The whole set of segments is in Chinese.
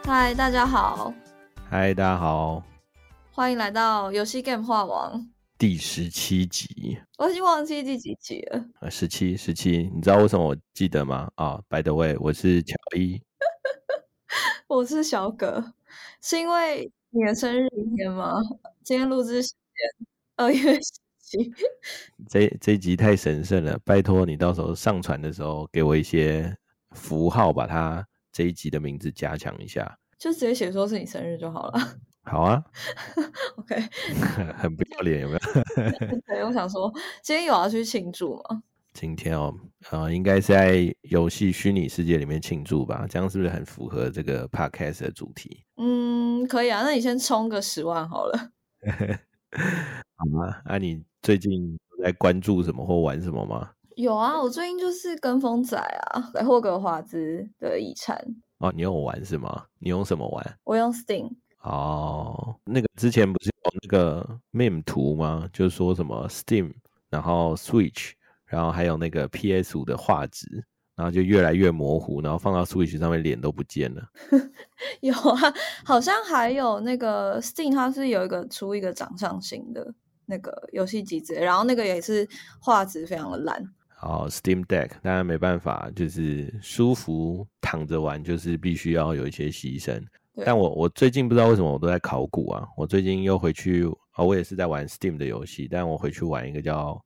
嗨，大家好， 嗨，大家好， 欢迎来到游戏 Game 画王第17集， 我已经忘记第几集了。 17，你知道为什么我记得吗？by the way，我是乔伊。 我是小葛，是因为你的生日一天吗？今天录制时间2月17。 这一集太神圣了，拜托你到时候上传的时候给我一些符号，把它这一集的名字加强一下。 就直接写说是你生日就好了。 好啊 OK， 很不要脸有没有？ 对，我想说今天有要去庆祝吗？ 今天应该是在游戏虚拟世界里面庆祝吧？这样是不是很符合这个 podcast 的主题？ 可以啊，那你先充个10万好了。 好啊，你最近在关注什么或玩什么吗？ 有啊，我最近就是跟风仔啊，在霍格华兹的遗产。 你有玩是吗？你用什么玩？ 我用 Steam。 那个之前不是有那个 meme 图吗？就是说什么 Steam， 然后 Switch， 然后还有那个 PS5 的画质，然后就越来越模糊，然后放到 Switch 上面脸都不见了。 有啊，好像还有那个 Steam， 它是有出一个掌上型的那个游戏机子，然后那个也是画质非常的烂。 Steam Deck 当然没办法，就是舒服躺着玩，就是必须要有一些牺牲。但我最近不知道为什么我都在考古啊，我最近又回去我也是在玩 Steam 的游戏，但我回去玩一个叫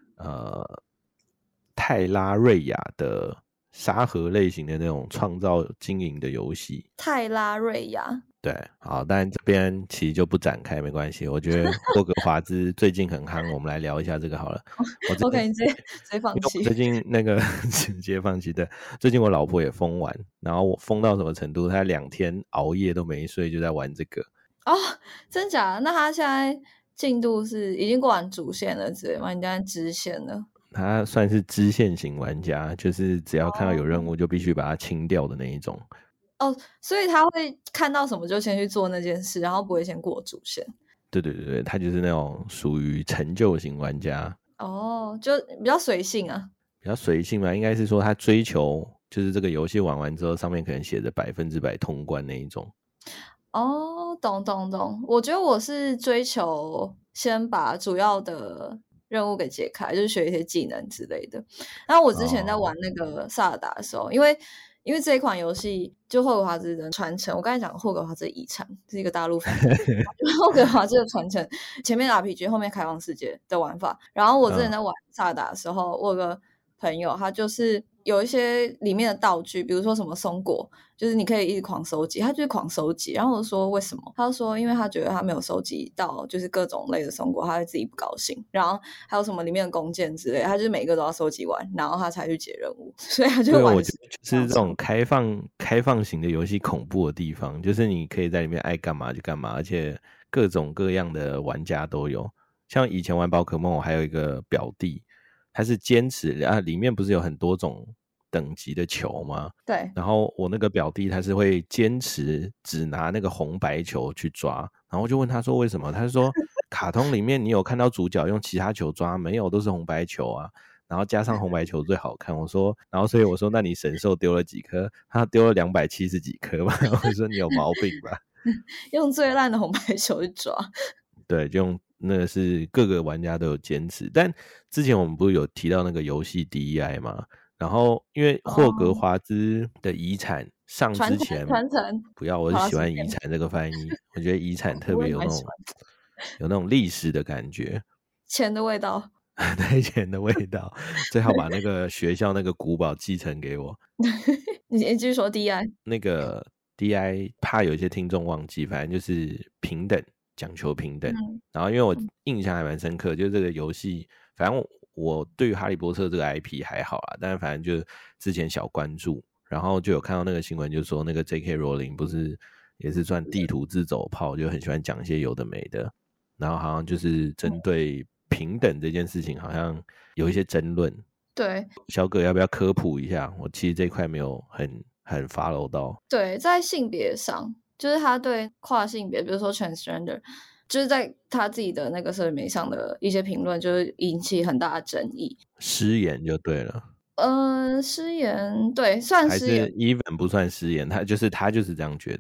泰拉瑞亚的沙盒类型的那种创造经营的游戏。 泰拉瑞亚， 对，好，但这边其实就不展开，没关系。我觉得霍格华兹最近很夯，我们来聊一下这个好了。 OK， 你直接放弃。 最近那个直接放弃的，最近我老婆也疯玩，然后我疯到什么程度？她2天熬夜都没睡，就在玩这个。 真假的？那她现在进度是已经过完主线了之类吗？你现在支线了？ 他算是支线型玩家，就是只要看到有任务就必须把它清掉的那一种。 所以他会看到什么就先去做那件事，然后不会先过主线。 对，他就是那种属于成就型玩家。 就比较随性啊。 比较随性嘛，应该是说他追求就是这个游戏玩完之后，上面可能写着100%通关那一种。 懂。我觉得我是追求先把主要的任务给解开，就是学一些技能之类的。然后我之前在玩那个萨尔达的时候，因为这一款游戏就霍格华兹的传承，我刚才讲霍格华兹的遗产是一个大陆翻译，霍格华兹的传承，前面 RPG 后面开放世界的玩法。然后我之前在玩萨尔达的时候，我有个朋友他就是有一些里面的道具，比如说什么松果，就是你可以一直狂收集，他就是狂收集。然后我就说为什么？他就说因为他觉得他没有收集到就是各种类的松果，他会自己不高兴。然后还有什么里面的弓箭之类，他就是每个都要收集完，然后他才去解任务。所以他就玩。 对，我觉得就是这种开放型的游戏恐怖的地方，就是你可以在里面爱干嘛就干嘛，而且各种各样的玩家都有。像以前玩宝可梦，我还有一个表弟，他是坚持里面不是有很多种等级的球吗？ 对。 然后我那个表弟他是会坚持只拿那个红白球去抓，然后我就问他说为什么？他就说卡通里面你有看到主角用其他球抓没有？都是红白球啊。然后加上红白球最好看，然后所以我说那你神兽丢了几颗？他丢了270几颗吧。我说你有毛病吧？ 用最烂的红白球去抓。 对，就用那个是各个玩家都有坚持，但之前我们不是有提到那个游戏 DEI 吗？然后因为霍格华兹的遗产上之前传承不要，我是喜欢遗产这个翻译，我觉得遗产特别有那种历史的感觉， 钱的味道。 对，钱的味道，最好把那个学校那个古堡继承给我。 你继续说 DI。 那个 DI 怕有一些听众忘记，反正就是平等，讲求平等。然后因为我印象还蛮深刻，就是这个游戏，反正我对于哈利波特这个 IP 还好啦，但是反正就之前小关注，然后就有看到那个新闻，就说那个 JK Rowling 不是也是算地图自走炮，就很喜欢讲一些有的没的，然后好像就是针对平等这件事情好像有一些争论。 对， 小葛要不要科普一下？我其实这一块没有很 follow 到。 对，在性别上，就是他对跨性别，比如说 transgender， 就是在他自己的那个社媒上的一些评论，就是引起很大的争议。 失言就对了。 失言，对，算失言， 还是 even 不算失言，他就是这样觉得。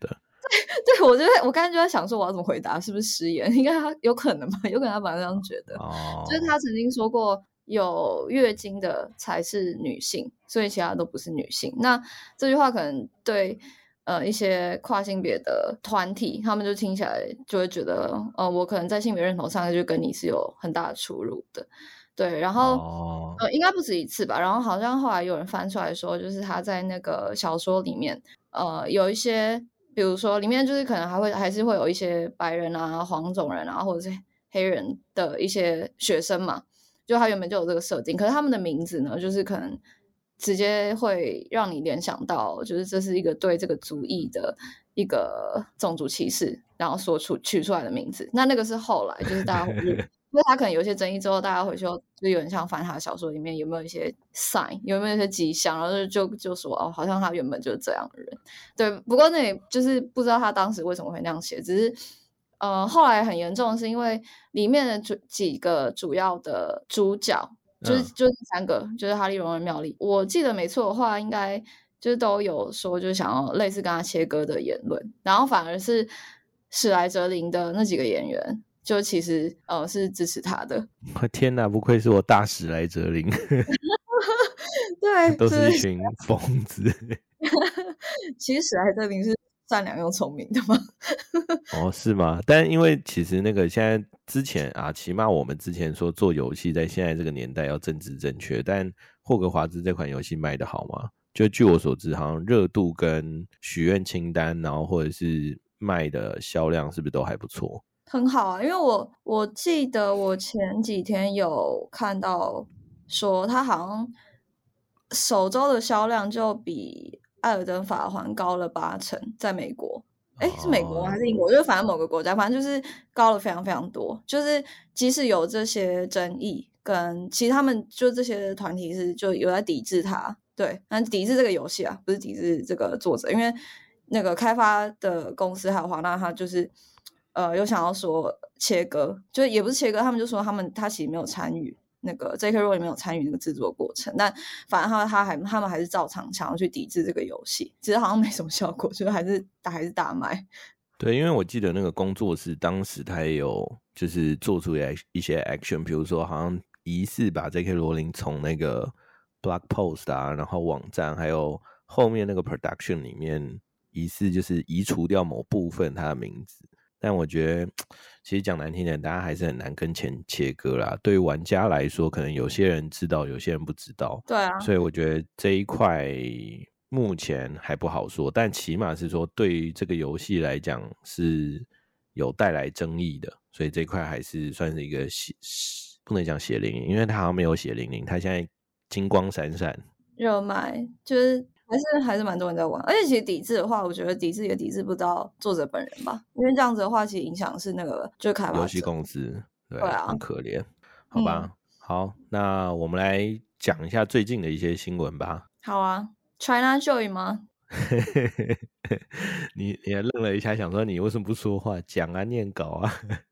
对，我刚才就在想说我要怎么回答，是不是失言？应该有可能吧，有可能他本来这样觉得。就是他曾经说过，有月经的才是女性，所以其他都不是女性。那这句话可能对一些跨性别的团体，他们就听起来就会觉得，我可能在性别认同上就跟你是有很大的出入的。对，然后应该不止一次吧。然后好像后来有人翻出来说，就是他在那个小说里面，有一些，比如说里面就是可能还是会有一些白人啊、黄种人啊，或者是黑人的一些学生嘛，就他原本就有这个设定，可是他们的名字呢，就是可能直接会让你联想到，就是这是一个对这个族裔的一个种族歧视，然后取出来的名字。那个是后来就是大家因为他可能有一些争议之后，大家回去就有点像翻他的小说里面有没有一些 sign， 有没有一些迹象，然后就说好像他原本就是这样的人。对，不过那也就是不知道他当时为什么会那样写，只是后来很严重的是因为里面的几个主要的主角，就是3个，就是哈利、荣恩、妙丽，我记得没错的话，应该就是都有说就是想要类似跟他切割的言论，然后反而是史莱哲林的那几个演员。就其实是支持他的。 天哪，不愧是我大史莱哲林。 对， 都是一群疯子。 其实史莱哲林是善良又聪明的吗？ 是吗？但因为其实那个现在之前啊，起码我们之前说做游戏在现在这个年代要政治正确，但霍格华兹这款游戏卖得好吗？就据我所知，好像热度跟许愿清单，然后或者是卖的销量是不是都还不错？ 很好啊，因为我记得我前几天有看到说他好像首周的销量就比艾尔登法环高了80%，在美国。是美国还是英国？就反正某个国家，反正就是高了非常非常多。就是即使有这些争议，跟其实他们就这些团体是就有在抵制它，对，但抵制这个游戏啊，不是抵制这个作者，因为那个开发的公司还有华纳，他就是有想要说切割，就也不是切割，他们就说他其实没有参与。那个 J.K. Rowling 没有参与那个制作过程，但反正他们还是照常想要去抵制这个游戏，只是好像没什么效果，就是还是大卖。 对，因为我记得那个工作室当时他也有就是做出一些 action， 比如说好像疑似把 J.K. Rowling 从那个 blog post 啊，然后网站还有后面那个 production 里面疑似就是移除掉某部分他的名字。但我觉得其实讲难听点，大家还是很难跟钱切割啦。对于玩家来说，可能有些人知道，有些人不知道。 对啊， 所以我觉得这一块目前还不好说，但起码是说对于这个游戏来讲是有带来争议的，所以这一块还是算是一个不能讲血淋淋，因为它好像没有血淋淋，它现在金光闪闪， 热卖，就是还是蛮多人在玩。而且其实抵制的话，我觉得抵制也抵制不到作者本人吧，因为这样子的话，其实影响是那个就是开发者游戏公司，对啊， 很可怜，好吧。好，那我们来讲一下最近的一些新闻吧。 好啊。China Joy 吗？ 你也愣了一下，想说你为什么不说话？讲啊，念稿啊。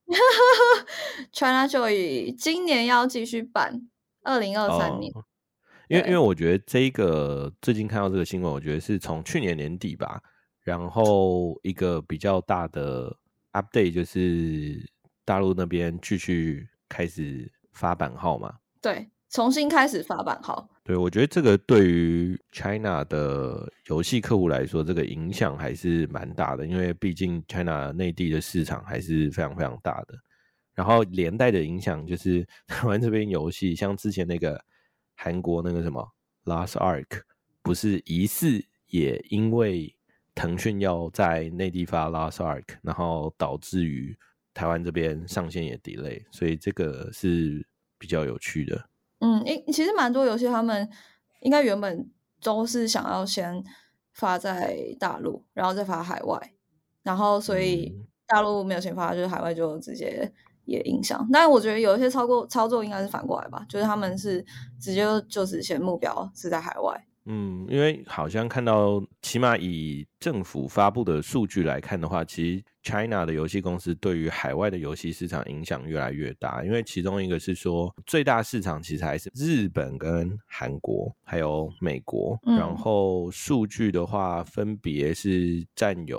China Joy 今年要继续办2023年。 因为我觉得这个最近看到这个新闻，我觉得是从去年年底吧，然后一个比较大的 update 就是大陆那边继续开始发版号嘛。 对，重新开始发版号。 对，我觉得这个对于 China 的游戏客户来说，这个影响还是蛮大的，因为毕竟 China 内地的市场还是非常非常大的。然后连带的影响就是台湾这边游戏，像之前那个韩国那个什么 Last Ark， 不是疑似也因为腾讯要在内地发 Last Ark， 然后导致于台湾这边上线也 delay， 所以这个是比较有趣的。 其实蛮多游戏他们应该原本都是想要先发在大陆，然后再发海外，然后所以大陆没有先发，就是海外就直接也影响。但我觉得有一些操作应该是反过来吧，就是他们是直接就是先目标是在海外。 因为好像看到起码以政府发布的数据来看的话，其实 China 的游戏公司对于海外的游戏市场影响越来越大，因为其中一个是说最大市场其实还是日本跟韩国还有美国，然后数据的话分别是占有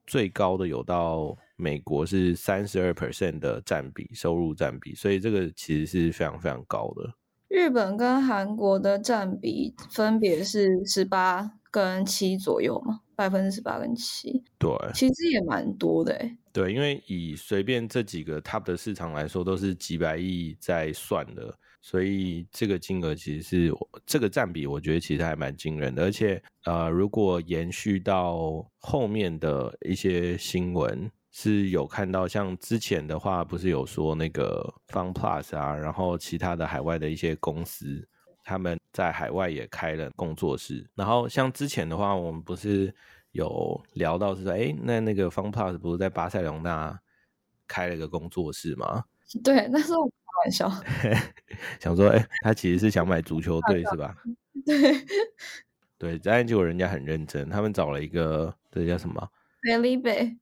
最高的有到美国是32% 的占比，收入占比，所以这个其实是非常非常高的。 日本跟韩国的占比分别是18跟7左右嘛，18%跟7%， 对， 其实也蛮多的欸。 对，因为以随便这几个 top 的市场来说，都是几百亿在算的，所以这个金额其实是这个占比，我觉得其实还蛮惊人的。而且如果延续到后面的一些新闻，是有看到像之前的话，不是有说那个 FunPlus 啊，然后其他的海外的一些公司，他们在海外也开了工作室。然后像之前的话，我们不是有聊到是说，那个 FunPlus 不是在巴塞隆纳开了个工作室吗？ 对，那时候我开玩笑， 想说，他其实是想买足球队是吧？ 对对，但结果人家很认真，他们找了一个这叫什么 ，Felipe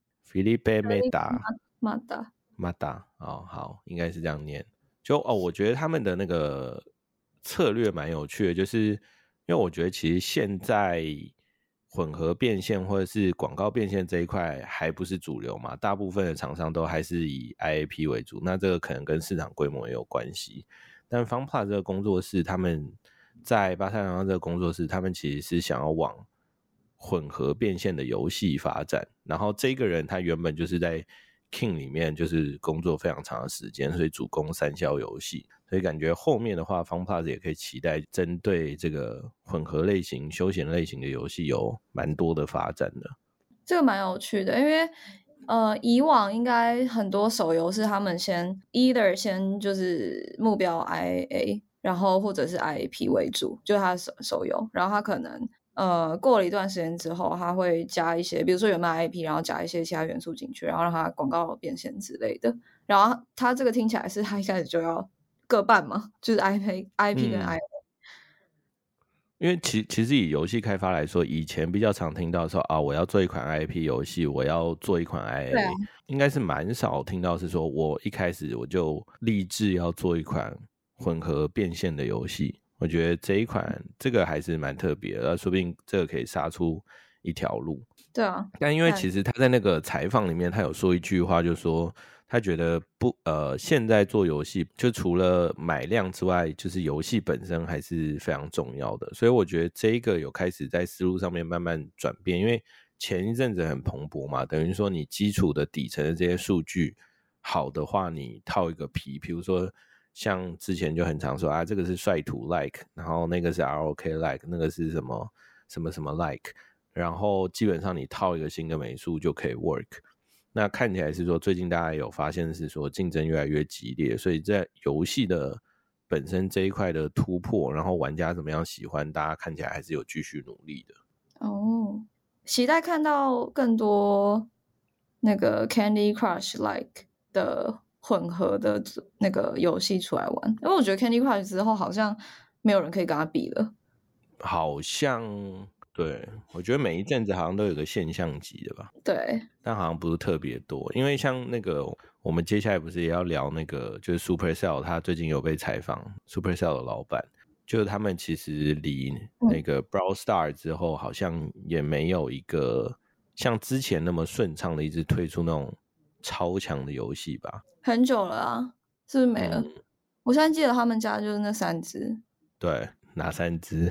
Mata 哦，好，应该是这样念。我觉得他们的那个策略蛮有趣的，就是因为我觉得其实现在混合变现或者是广告变现这一块还不是主流嘛，大部分的厂商都还是以 IAP 为主，那这个可能跟市场规模也有关系。但 FunPlus 这个工作室，他们在巴塞罗那这个工作室，他们其实是想要往混合变现的游戏发展。然后这个人他原本就是在 King 里面就是工作非常长的时间，所以主攻三消游戏，所以感觉后面的话 FunPlus 也可以期待针对这个混合类型休闲类型的游戏有蛮多的发展的。 这个蛮有趣的，因为以往应该很多手游是他们先就是目标 IA， 然后或者是 IAP 为主，就是他的手游，然后他可能过了一段时间之后，他会加一些，比如说原本 IAP， 然后加一些其他元素进去，然后让它广告变现之类的。然后他这个听起来是他一开始就要各半嘛，就是 IP 跟 IA。 因为其实以游戏开发来说，以前比较常听到说啊，我要做一款 IP 游戏，我要做一款 IA，应该是蛮少听到是说我一开始我就立志要做一款混合变现的游戏。我觉得这个还是蛮特别的，说不定这个可以杀出一条路。 对啊， 但因为其实他在那个采访里面，他有说一句话，就说他觉得现在做游戏就除了买量之外，就是游戏本身还是非常重要的。所以我觉得这一个有开始在思路上面慢慢转变，因为前一阵子很蓬勃嘛，等于说你基础的底层的这些数据好的话，你套一个皮，比如说像之前就很常说啊，这个是帅图 like， 然后那个是 ROK like， 那个是什么什么什么 like， 然后基本上你套一个新的美术就可以 work。那看起来是说最近大家有发现是说竞争越来越激烈，所以在游戏的本身这一块的突破，然后玩家怎么样喜欢，大家看起来还是有继续努力的。 哦，期待看到更多那个 Candy Crush like 的混合的那个游戏出来玩，因为我觉得 Candy Crush 之后好像没有人可以跟他比了。 好像对，我觉得每一阵子好像都有个现象级的吧。 对， 但好像不是特别多，因为像那个我们接下来不是也要聊那个就是 Supercell， 他最近有被采访 Supercell 的老板，就是他们其实离那个 Brawl Stars 之后，好像也没有一个像之前那么顺畅的一直推出那种超强的游戏吧。 很久了啊，是不是没了？我现在记得他们家就是那3只。 对，哪3只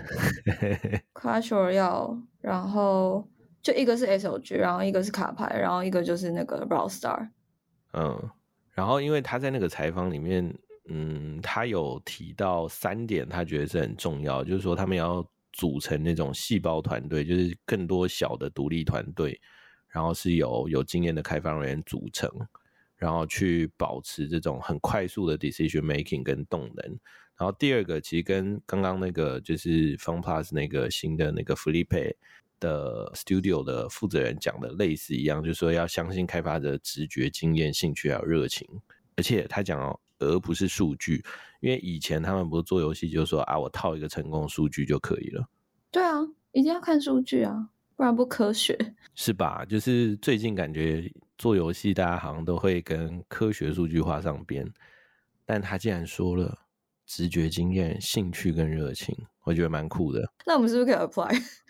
？Clash Royale， 然后就一个是 SOG， 然后一个是卡牌，然后一个就是那个 Brawl Star。 然后因为他在那个采访里面，他有提到3点，他觉得是很重要，就是说他们要组成那种细胞团队，就是更多小的独立团队，然后是有经验的开发人员组成，然后去保持这种很快速的 decision making 跟动能。然后第二个其实跟刚刚那个就是 FunPlus 那个新的那个 Felipe 的 Studio 的负责人讲的类似一样，就是说要相信开发者的直觉、经验、兴趣还有热情。而且他讲而不是数据，因为以前他们不是做游戏就是说啊，我套一个成功数据就可以了。 对啊，一定要看数据啊，不然不科学。 是吧？就是最近感觉做游戏大家好像都会跟科学数据画上边，但他竟然说了直觉、经验、兴趣跟热情，我觉得蛮酷的。 那我们是不是可以 apply？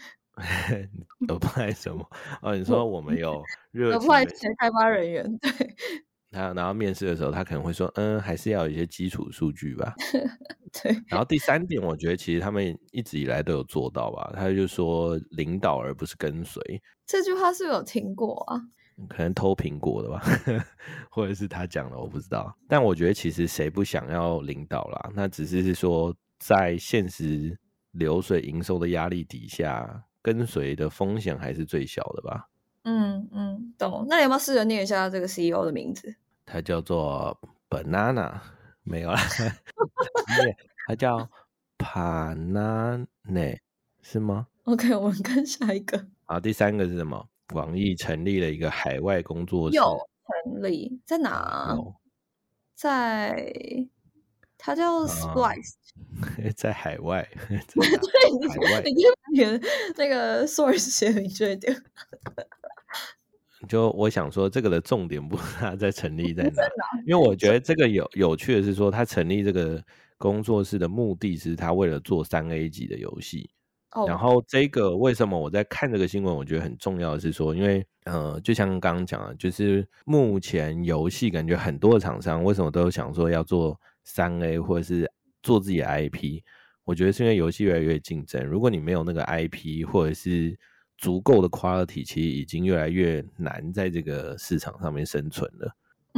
apply 什么？哦，你说我们有热情 apply 前开发人员，对。 然后面试的时候，他可能会说，还是要有一些基础数据吧。 对。 然后第3点，我觉得其实他们一直以来都有做到吧。他就说领导而不是跟随。 这句话是不是有听过啊？ 可能偷苹果的吧，或者是他讲的，我不知道。但我觉得其实谁不想要领导啦？那只是说在现实流水营收的压力底下，跟随的风险还是最小的吧。 懂。那你要不要试着念一下这个 CEO 的名字？ 他叫做 Banana， 没有啦，他叫 Panane， 是吗 ？OK， 我们看下一个。 好，第3个是什么？网易成立了一个海外工作室。 有成立在哪？在，它叫 Splice， 在海外。 对， 海外， 你可以把你的那个 source 写明确一点。 就我想说，这个的重点不是它在成立在哪，因为我觉得这个有趣的是说，他成立这个工作室的目的是他为了做3A 级的游戏。然后这个为什么我在看这个新闻，我觉得很重要的是说，因为就像刚刚讲的，就是目前游戏感觉很多的厂商为什么都有想说要做3A 或者是做自己的 IP， 我觉得是因为游戏越来越竞争，如果你没有那个 IP 或者是足够的 quality， 其实已经越来越难在这个市场上面生存了。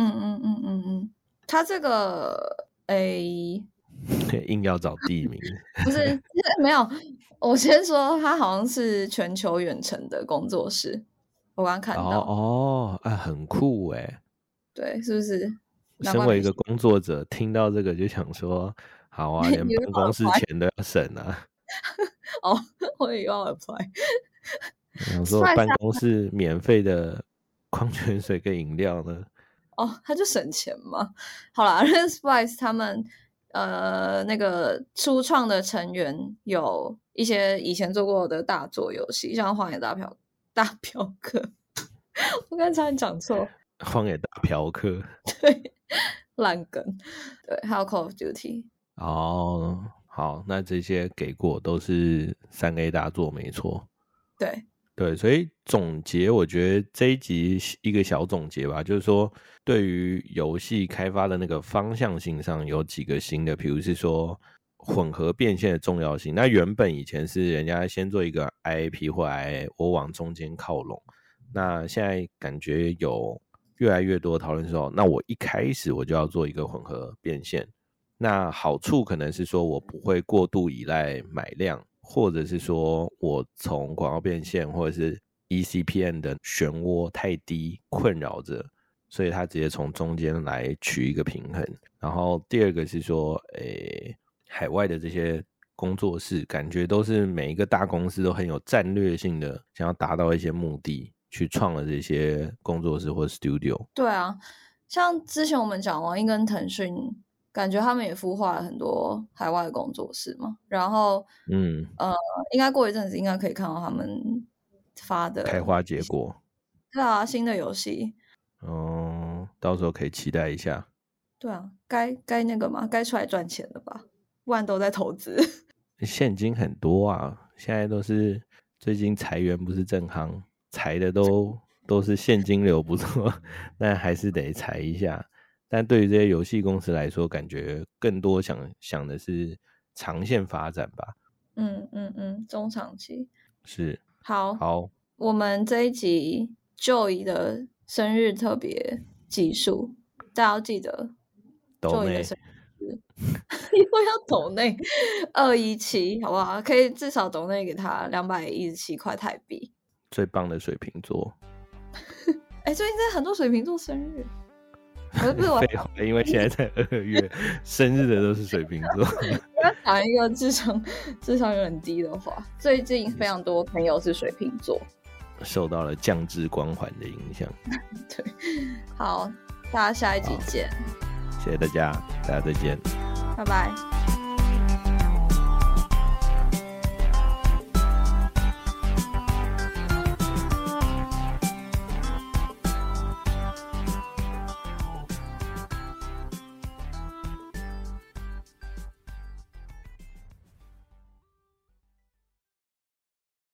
他这个硬要找地名不是没有，我先说他好像是全球远程的工作室，我刚看到很酷欸。 对，是不是？ 身为一个工作者，听到这个就想说，好啊，连办公室钱都要省啊。 我也要 apply。 想说办公室免费的矿泉水跟饮料呢？ 他就省钱嘛。好啦，Splice 他们那个初创的成员有一些以前做过的大作游戏，像《荒野大嫖客》我刚才差点讲错， 《荒野大嫖客》 对，烂梗。对，还有 Call of Duty。 好，那这些给过都是3A 大作，没错。对，所以总结，我觉得这一集一个小总结吧，就是说对于游戏开发的那个方向性上有几个新的，比如是说混合变现的重要性。那原本以前是人家先做一个 IAP 或 IA， 我往中间靠拢。那现在感觉有越来越多讨论说，那我一开始我就要做一个混合变现。那好处可能是说我不会过度依赖买量，或者是说我从广告变现或者是 ECPM 的漩涡太低困扰着，所以他直接从中间来取一个平衡。然后第二个是说海外的这些工作室感觉都是每一个大公司都很有战略性的想要达到一些目的，去创了这些工作室或 studio。 对啊，像之前我们讲网易跟腾讯，感觉他们也孵化了很多海外的工作室嘛，然后应该过一阵子应该可以看到他们发的开花结果。 对啊，新的游戏到时候可以期待一下。 对啊，该那个嘛，该出来赚钱了吧，不然都在投资。 现金很多啊，现在都是最近裁员不是正行，裁的都是现金流不错，但还是得裁一下。但对于这些游戏公司来说，感觉更多想的是长线发展吧。 中长期是。 好，我们这一集 Joey 的生日特别集数，大家要记得 Joey 的生日以后要抖内217，好不好？可以至少抖内给他217块台币。 最棒的水瓶座。 最近真的很多水瓶座生日。 废话，因为现在在2月，生日的都是水瓶座。 我要讲一个智商有点低的话，最近非常多朋友是水瓶座， 受到了降智光环的影响。 对，好，大家下一集见。 谢谢大家，大家再见， 拜拜。